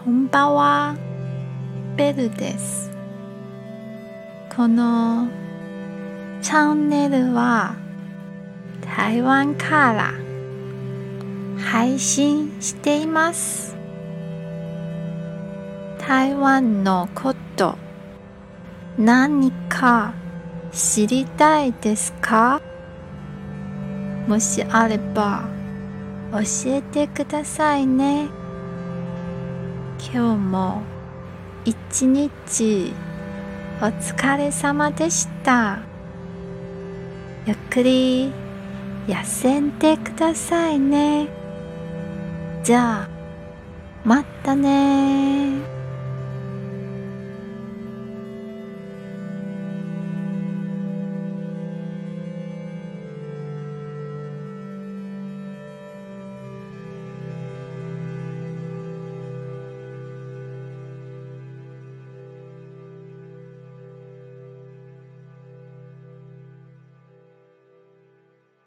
こんばんは、ベルです。このチャンネルは台湾から配信しています。台湾のこと何か知りたいですか？もしあれば教えてくださいね。今日も一日お疲れ様でした。ゆっくり休んでくださいね。じゃあ、またね。